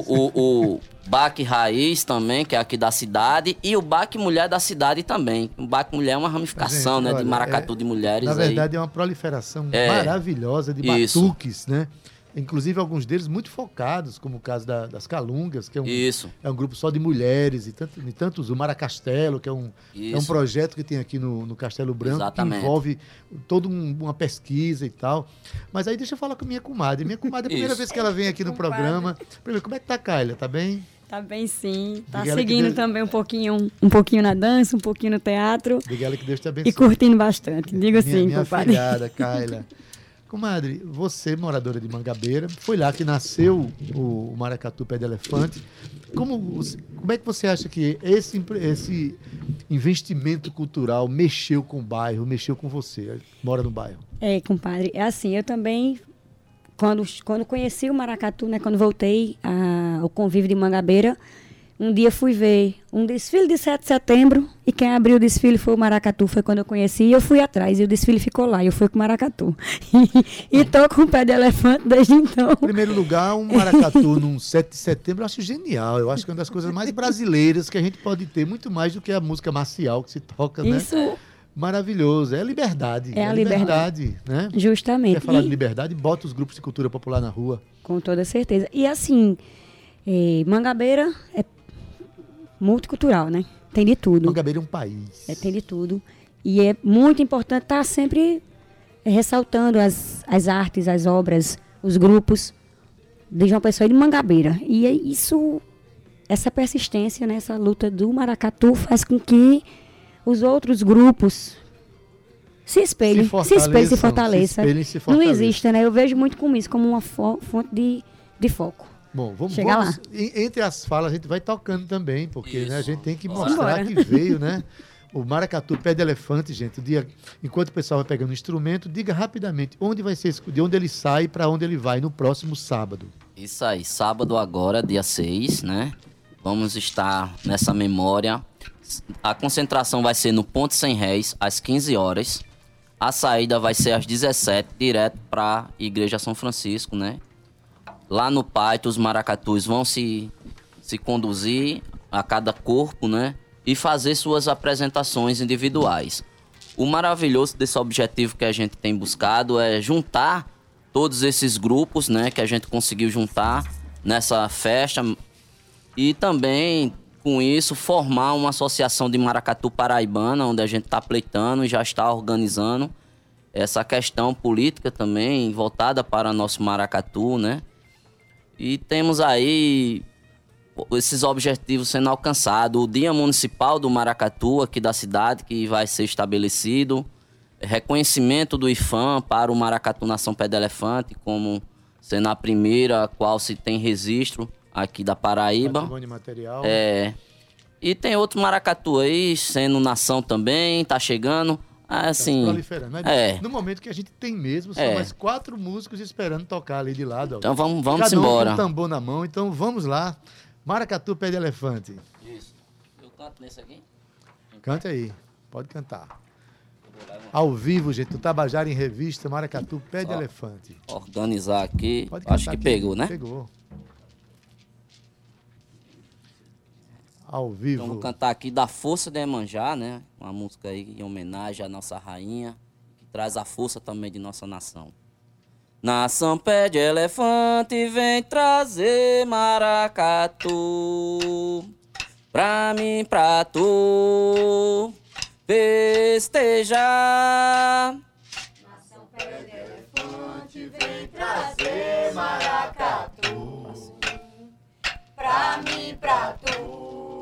o Baque Raiz também, que é aqui da cidade, e o Baque Mulher da cidade também. O Baque Mulher é uma ramificação, Gente, né, olha, de maracatu de mulheres. Na verdade, é uma proliferação maravilhosa de Isso. batuques, né? Inclusive alguns deles muito focados, como o caso das Calungas, que é um grupo só de mulheres, e tantos, o Maracastelo, que é um projeto que tem aqui no Castelo Branco, Exatamente. que envolve toda uma pesquisa e tal. Mas aí deixa eu falar com minha comadre. Minha comadre, é a primeira vez que ela vem aqui no programa. Primeiro, como é que tá a Kyla? Tá bem? Tá bem, sim. Tá Diga ela que seguindo Deus- também um pouquinho na dança, um pouquinho no teatro. Diga ela que Deus te abençoe. E curtindo bastante. Digo sim, minha compadre. filhada, Kyla. Comadre, você, moradora de Mangabeira, foi lá que nasceu o Maracatu Pé de Elefante. Como é que você acha que esse investimento cultural mexeu com o bairro, mexeu com você? Mora no bairro. Compadre, é assim, eu também, quando conheci o maracatu, né, quando voltei ao convívio de Mangabeira, um dia fui ver um desfile de 7 de setembro e quem abriu o desfile foi o maracatu, foi quando eu conheci, e eu fui atrás, e o desfile ficou lá, e eu fui com o maracatu. E tô com o Pé de Elefante desde então. Em primeiro lugar, um maracatu num 7 de setembro, eu acho genial. Eu acho que é uma das coisas mais brasileiras que a gente pode ter, muito mais do que a música marcial que se toca, Isso. né? Maravilhoso. É a liberdade. É a liberdade. Né? Justamente. Quer falar de liberdade? Bota os grupos de cultura popular na rua. Com toda certeza. E assim, Mangabeira é multicultural, né? Tem de tudo. Mangabeira é um país. Tem de tudo. E é muito importante estar sempre ressaltando as artes, as obras, os grupos de João Pessoa e de Mangabeira. E essa persistência, né, essa luta do maracatu faz com que os outros grupos se espelhem, se fortaleçam. Não existe, né? Eu vejo muito como isso, como uma fonte de foco. Bom, vamos lá. Entre as falas a gente vai tocando também, porque né, a gente tem que Bora. mostrar que veio, né? O Maracatu Pé de Elefante, gente. Enquanto o pessoal vai pegando o instrumento, diga rapidamente de onde ele sai para onde ele vai no próximo sábado. Isso aí, sábado agora, dia 6, né? Vamos estar nessa memória. A concentração vai ser no Ponto Sem Réis, às 15 horas. A saída vai ser às 17, direto para a Igreja São Francisco, né? Lá no pátio, os maracatus vão se conduzir a cada corpo, né? e fazer suas apresentações individuais. O maravilhoso desse objetivo que a gente tem buscado é juntar todos esses grupos, né, que a gente conseguiu juntar nessa festa e também, com isso, formar uma associação de maracatu paraibana, onde a gente está pleitando e já está organizando essa questão política também, voltada para nosso maracatu, né? E temos aí esses objetivos sendo alcançados. O Dia Municipal do Maracatu, aqui da cidade, que vai ser estabelecido. Reconhecimento do IFAM para o Maracatu Nação Pé de Elefante, como sendo a primeira a qual se tem registro aqui da Paraíba. Patrimônio material. E tem outro maracatu aí, sendo nação também, tá chegando. Assim, proliferando. No momento que a gente tem mesmo, são mais 4 músicos esperando tocar ali de lado. Então vamos Cada embora. Com um tambor na mão, então vamos lá. Maracatu Pé de Elefante. Isso. Eu canto nesse aqui? Cante aí, pode cantar. Ao vivo, gente, do Tabajara em Revista, Maracatu Pé de Elefante. Organizar aqui. Pode Acho que aqui. pegou, né? Pegou. Ao vivo. Então, vamos cantar aqui Da Força de Iemanjá, né? Uma música aí em homenagem à nossa rainha, que traz a força também de nossa nação. Nação Pé de Elefante vem trazer maracatu pra mim, pra tu festejar. Nação Pé de Elefante vem trazer maracatu pra mim, pra tu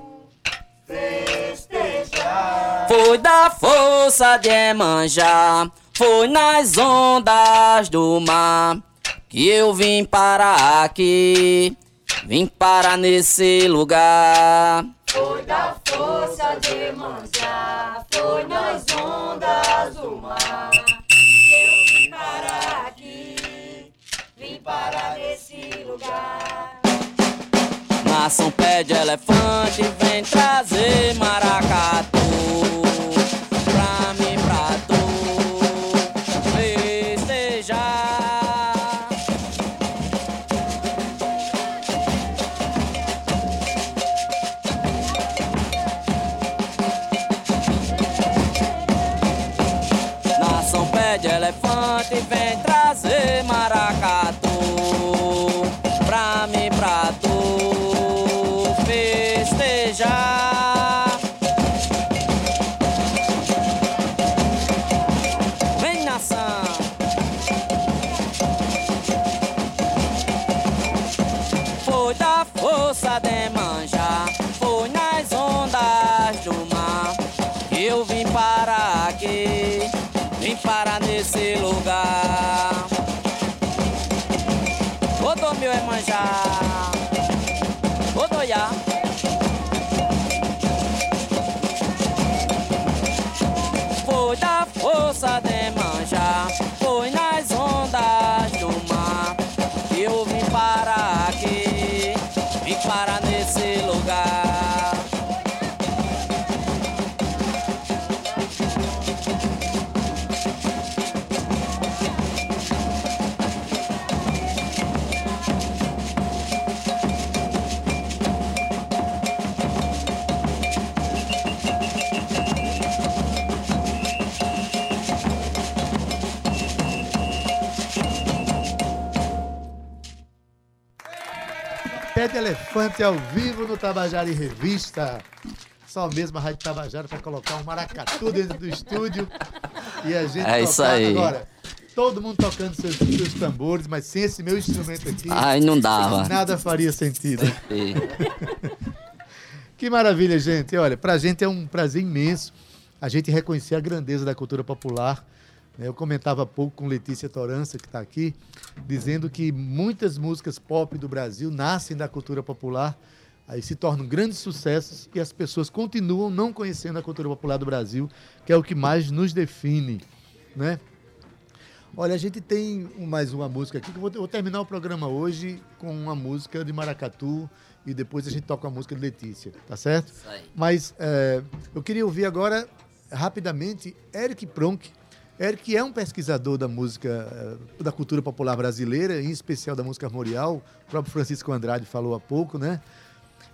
festejar. Foi da força de Iemanjá, foi nas ondas do mar que eu vim parar aqui, vim parar nesse lugar. Foi da força de Iemanjá, foi nas ondas do mar que eu vim parar aqui, vim parar nesse lugar. Nação Pé de Elefante vem trazer maracatu pra mim, pra tu festejar. Nação Pé de Elefante vem trazer maracatu pra mim, pra tu festejar. Vem, nação. Foi da força de Iemanjá, foi nas ondas do mar que eu vim parar aqui, vim parar nesse lugar. Ô do meu Iemanjá, ô do Iá. Foi da força de Iemanjá, foi nas ondas do mar que eu vim parar aqui, vim parar nesse lugar. Pé de Elefante ao vivo no Tabajara em Revista. Só mesmo a Rádio Tabajara para colocar um maracatu dentro do estúdio e a gente isso aí. Agora, todo mundo tocando seus tambores, mas sem esse meu instrumento aqui, Ai, não dava. nada faria sentido. Que maravilha, gente. Olha, pra gente é um prazer imenso a gente reconhecer a grandeza da cultura popular. Eu comentava há pouco com Letícia Torança, que está aqui, dizendo que muitas músicas pop do Brasil nascem da cultura popular, aí se tornam grandes sucessos e as pessoas continuam não conhecendo a cultura popular do Brasil, que é o que mais nos define, né? Olha, a gente tem mais uma música aqui, que eu vou terminar o programa hoje com uma música de maracatu e depois a gente toca uma música de Letícia, tá certo? Isso aí. Mas eu queria ouvir agora, rapidamente, Eric Pronk. Eric é um pesquisador da música, da cultura popular brasileira, em especial da música armorial. O próprio Francisco Andrade falou há pouco, né?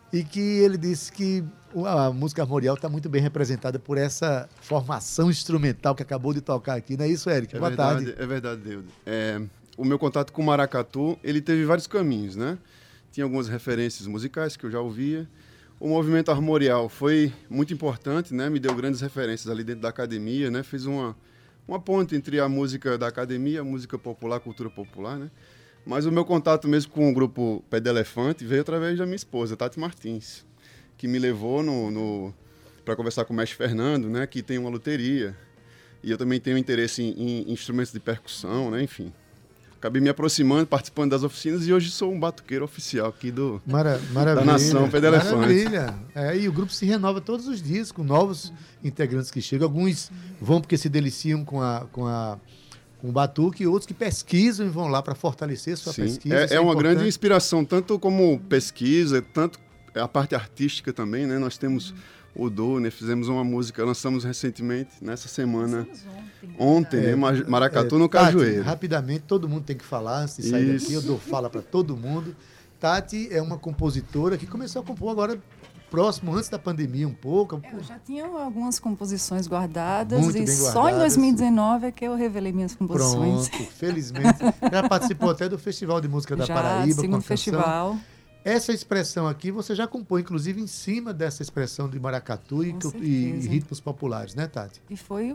e que ele disse que a música armorial está muito bem representada por essa formação instrumental que acabou de tocar aqui. Não é isso, Eric? Boa tarde. É verdade, Deudo. O meu contato com o maracatu, ele teve vários caminhos, né? Tinha algumas referências musicais que eu já ouvia. O movimento armorial foi muito importante, né? Me deu grandes referências ali dentro da academia, né? Fez uma ponte entre a música da academia, a música popular, a cultura popular, né? Mas o meu contato mesmo com o grupo Pé de Elefante veio através da minha esposa, Tati Martins, que me levou para conversar com o mestre Fernando, né? Que tem uma luteria. E eu também tenho interesse em instrumentos de percussão, né? Enfim. Acabei me aproximando, participando das oficinas e hoje sou um batuqueiro oficial aqui da Nação Pé de Elefante. Maravilha. E o grupo se renova todos os dias com novos integrantes que chegam. Alguns vão porque se deliciam com o batuque e outros que pesquisam e vão lá para fortalecer sua pesquisa. É uma grande inspiração, tanto como pesquisa, tanto a parte artística também, né? Nós temos o Dô, né? Fizemos uma música, lançamos recentemente, nessa semana, ontem, né? Maracatu no Cajueiro. Tati, rapidamente, todo mundo tem que falar antes de sair daqui, eu dou fala para todo mundo. Tati é uma compositora que começou a compor agora próximo, antes da pandemia um pouco. Eu já tinha algumas composições guardadas Muito e bem só guardadas. em 2019 é que eu revelei minhas composições. Pronto, felizmente. Já participou até do Festival de Música da Paraíba. Segundo festival. Essa expressão aqui você já compõe, inclusive, em cima dessa expressão de maracatu e ritmos populares, né, Tati? E foi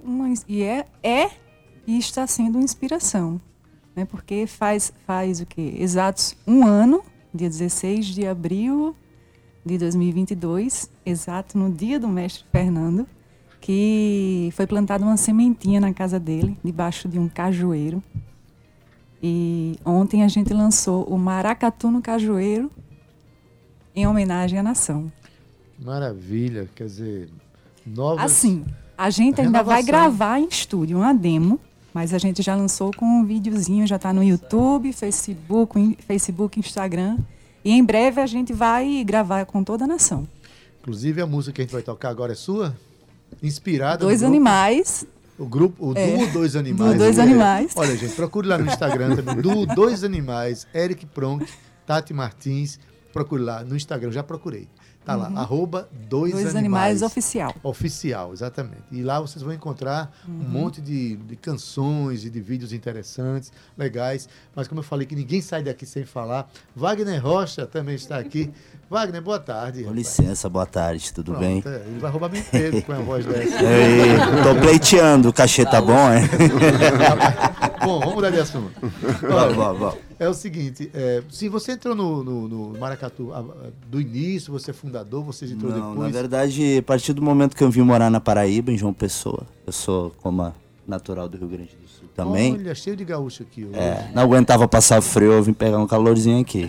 e está sendo uma inspiração, né? Porque faz o quê? Exatos um ano, dia 16 de abril de 2022, exato no dia do mestre Fernando, que foi plantada uma sementinha na casa dele, debaixo de um cajueiro. E ontem a gente lançou o Maracatu no Cajueiro, em homenagem à nação. Maravilha, quer dizer, novas... Assim, a gente ainda vai gravar em estúdio uma demo, mas a gente já lançou com um videozinho, já está no YouTube, Facebook, Instagram, e em breve a gente vai gravar com toda a nação. Inclusive a música que a gente vai tocar agora é sua? Inspirada Dois Animais. O duo Dois Animais. Duo Dois Animais. Olha, gente, procure lá no Instagram também, Duo Dois Animais, Eric Pronk, Tati Martins. Procure lá no Instagram, já procurei. Tá lá, @Dois Animais Oficial. Oficial, exatamente. E lá vocês vão encontrar um monte de canções e de vídeos interessantes, legais. Mas como eu falei que ninguém sai daqui sem falar, Wagner Rocha também está aqui. Wagner, boa tarde. Com licença, boa tarde, tudo bem? Ele vai roubar meu emprego com a voz dessa. Tô pleiteando, o cachê tá bom, é? Bom, vamos mudar de assunto. Vamos. É o seguinte, se você entrou no Maracatu do início, você é fundador, você entrou depois? Na verdade, a partir do momento que eu vim morar na Paraíba, em João Pessoa, eu sou natural do Rio Grande do Sul também. Olha, cheio de gaúcho aqui hoje. Não aguentava passar frio, eu vim pegar um calorzinho aqui.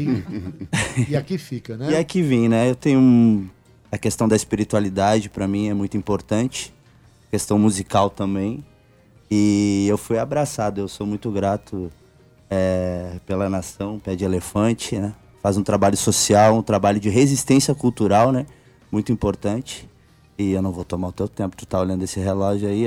E aqui fica, né? E aqui vim, né? Eu tenho a questão da espiritualidade, para mim é muito importante, questão musical também, e eu fui abraçado, eu sou muito grato pela nação Pé de Elefante, né? Faz um trabalho social, um trabalho de resistência cultural, né? Muito importante. E eu não vou tomar o teu tempo, tu tá olhando esse relógio aí.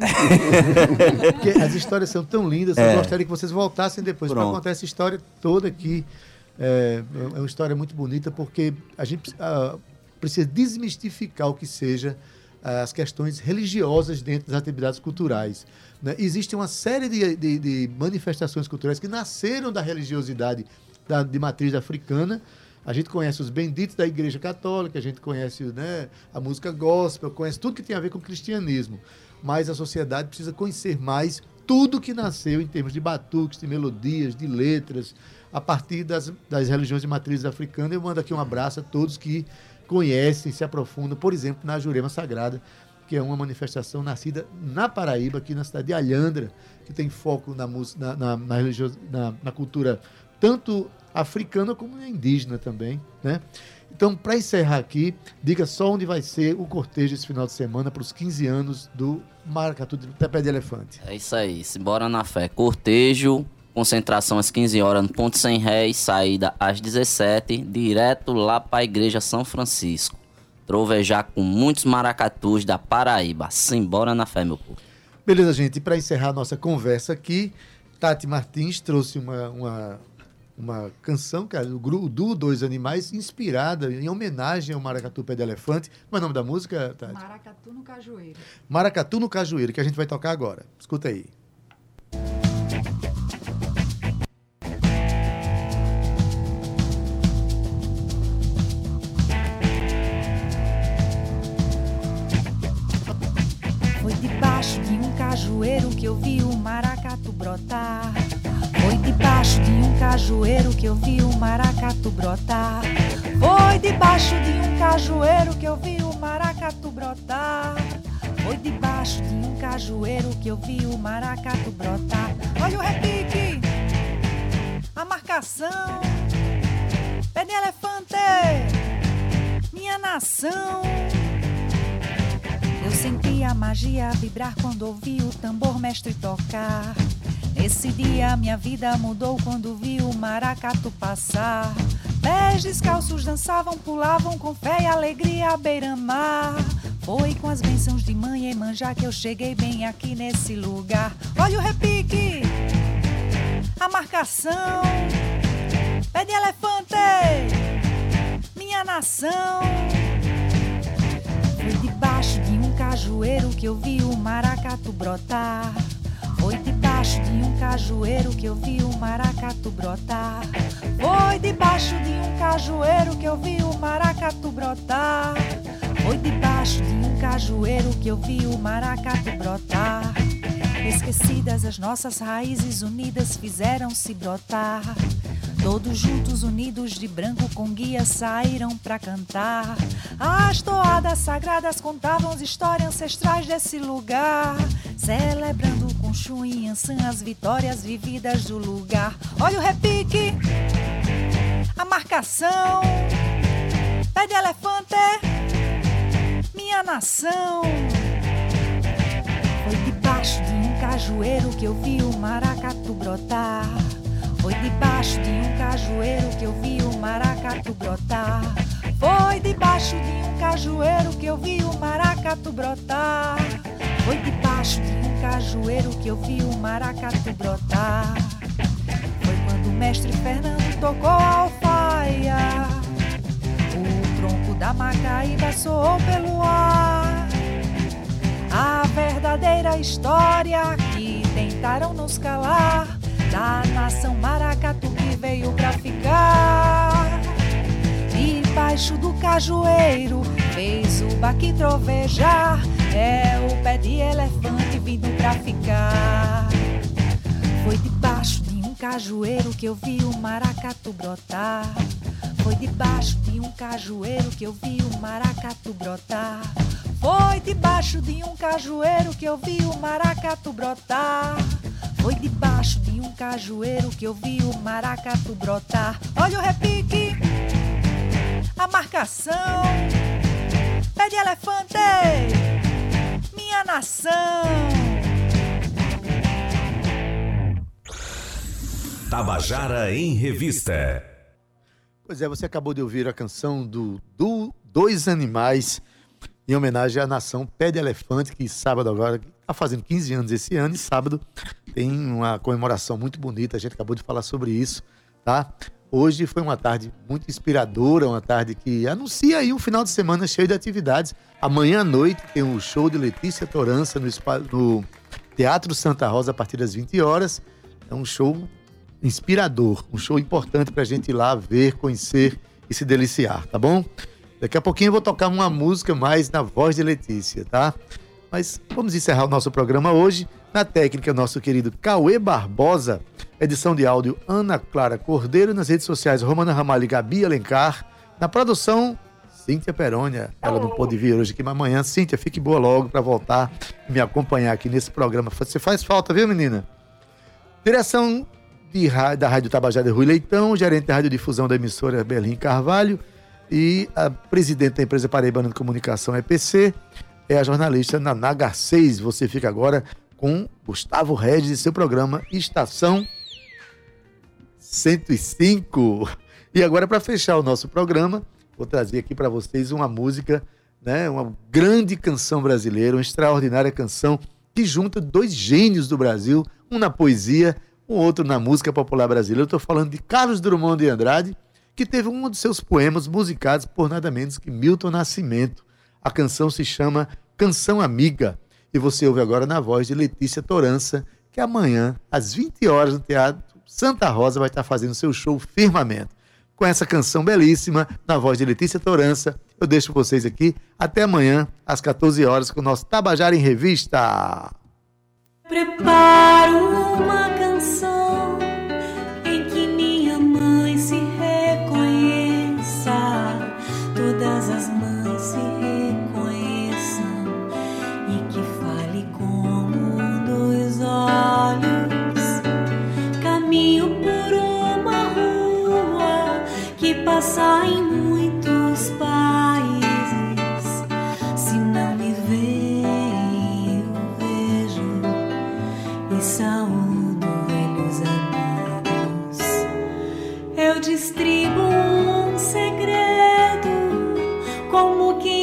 Porque as histórias são tão lindas, eu gostaria que vocês voltassem depois para contar essa história toda aqui. É uma história muito bonita, porque a gente precisa desmistificar o que seja as questões religiosas dentro das atividades culturais. Né? Existe uma série de manifestações culturais que nasceram da religiosidade de matriz africana. A gente conhece os benditos da Igreja Católica, a gente conhece, né, a música gospel, conhece tudo que tem a ver com o cristianismo. Mas a sociedade precisa conhecer mais tudo que nasceu em termos de batuques, de melodias, de letras, a partir das religiões de matriz africana. Eu mando aqui um abraço a todos que conhecem, se aprofundam, por exemplo, na Jurema Sagrada, que é uma manifestação nascida na Paraíba, aqui na cidade de Alhandra, que tem foco na música, na cultura tanto africana como indígena também, né? Então, para encerrar aqui, diga só onde vai ser o cortejo esse final de semana para os 15 anos do Maracatu de Pé de Elefante. É isso aí, simbora na fé. Cortejo, concentração às 15 horas no Ponto Sem Réis, saída às 17, direto lá para a Igreja São Francisco. Trovejar com muitos maracatus da Paraíba. Simbora na fé, meu povo. Beleza, gente. E para encerrar a nossa conversa aqui, Tati Martins trouxe uma uma canção, cara, do Dois Animais, inspirada em homenagem ao Maracatu Pé de Elefante. Como é o nome da música, Tati? Maracatu no Cajueiro. Maracatu no Cajueiro, que a gente vai tocar agora. Escuta aí. Foi debaixo de um cajueiro que eu vi o maracatu brotar. Foi debaixo de um cajueiro que eu vi o maracatu brotar. Foi debaixo de um cajueiro que eu vi o maracatu brotar. Foi debaixo de um cajueiro que eu vi o maracatu brotar. Olha o repique, a marcação, pé de elefante, minha nação. Eu senti a magia vibrar quando ouvi o tambor mestre tocar. Nesse dia minha vida mudou quando vi o maracatu passar. Pés descalços dançavam, pulavam com fé e alegria à beira-mar. Foi com as bênçãos de mãe e manjá que eu cheguei bem aqui nesse lugar. Olha o repique, a marcação, pé de elefante, minha nação. Foi debaixo de um cajueiro que eu vi o maracatu brotar. Foi debaixo de um cajueiro que eu vi o maracatu brotar. Foi debaixo de um cajueiro que eu vi o maracatu brotar. Foi debaixo de um cajueiro que eu vi o maracatu brotar. Esquecidas as nossas raízes unidas fizeram-se brotar. Todos juntos, unidos de branco com guia, saíram pra cantar. As toadas sagradas contavam as histórias ancestrais desse lugar, celebrando com Xu e Ançã as vitórias vividas do lugar. Olha o repique, a marcação, pé de elefante, minha nação. Foi debaixo de um cajueiro que eu vi o maracatu brotar. Foi debaixo de um cajueiro que eu vi o maracatu brotar. Foi debaixo de um cajueiro que eu vi o maracatu brotar. Foi debaixo de um cajueiro que eu vi o maracatu brotar. Foi quando o mestre Fernando tocou a alfaia. O tronco da macaíba soou pelo ar. A verdadeira história que tentaram nos calar, da nação maracatu que veio pra ficar. Debaixo do cajueiro fez o baque trovejar. É o pé de elefante vindo pra ficar. Foi debaixo de um cajueiro que eu vi o maracatu brotar. Foi debaixo de um cajueiro que eu vi o maracatu brotar. Foi debaixo de um cajueiro que eu vi o maracatu brotar. Foi debaixo de um cajueiro que eu vi o maracatu brotar. Olha o repique, a marcação, pé de elefante, minha nação. Tabajara em Revista. Pois é, você acabou de ouvir a canção do Dois Animais, em homenagem à nação Pé de Elefante, que sábado agora está fazendo 15 anos esse ano, e sábado tem uma comemoração muito bonita, a gente acabou de falar sobre isso, tá? Hoje foi uma tarde muito inspiradora, uma tarde que anuncia aí um final de semana cheio de atividades. Amanhã à noite tem o show de Letícia Torança no Teatro Santa Rosa a partir das 20 horas. É um show inspirador, um show importante para a gente ir lá ver, conhecer e se deliciar, tá bom? Daqui a pouquinho eu vou tocar uma música mais na voz de Letícia, tá? Mas vamos encerrar o nosso programa hoje. Na técnica, nosso querido Cauê Barbosa. Edição de áudio, Ana Clara Cordeiro. Nas redes sociais, Romana Ramalho e Gabi Alencar. Na produção, Cíntia Perônia. Ela não pôde vir hoje aqui, mas amanhã, Cíntia, fique boa logo para voltar e me acompanhar aqui nesse programa. Você faz falta, viu, menina? Direção da Rádio Tabajara, Rui Leitão. Gerente da radiodifusão da emissora, Berlim Carvalho. E a presidente da empresa Paraibana de Comunicação, EPC, é a jornalista Naná Garcês. Você fica agora com Gustavo Regis e seu programa Estação 105. E agora, para fechar o nosso programa, vou trazer aqui para vocês uma música, né, uma grande canção brasileira, uma extraordinária canção que junta dois gênios do Brasil, um na poesia, um outro na música popular brasileira. Eu estou falando de Carlos Drummond de Andrade, que teve um dos seus poemas musicados por nada menos que Milton Nascimento. A canção se chama Canção Amiga, e você ouve agora na voz de Letícia Torança, que amanhã, às 20 horas, no Teatro Santa Rosa, vai estar fazendo seu show Firmamento. Com essa canção belíssima, na voz de Letícia Torança, eu deixo vocês aqui até amanhã, às 14 horas, com o nosso Tabajara em Revista. Preparo uma canção em que minha mãe se reconheça, todas as mães se reconheçam, e que fale como dois olhos. Caminho por uma rua que passa em muitos países. Se não me vê, eu vejo e saúdo velhos amigos. Eu distribuo um segredo, como que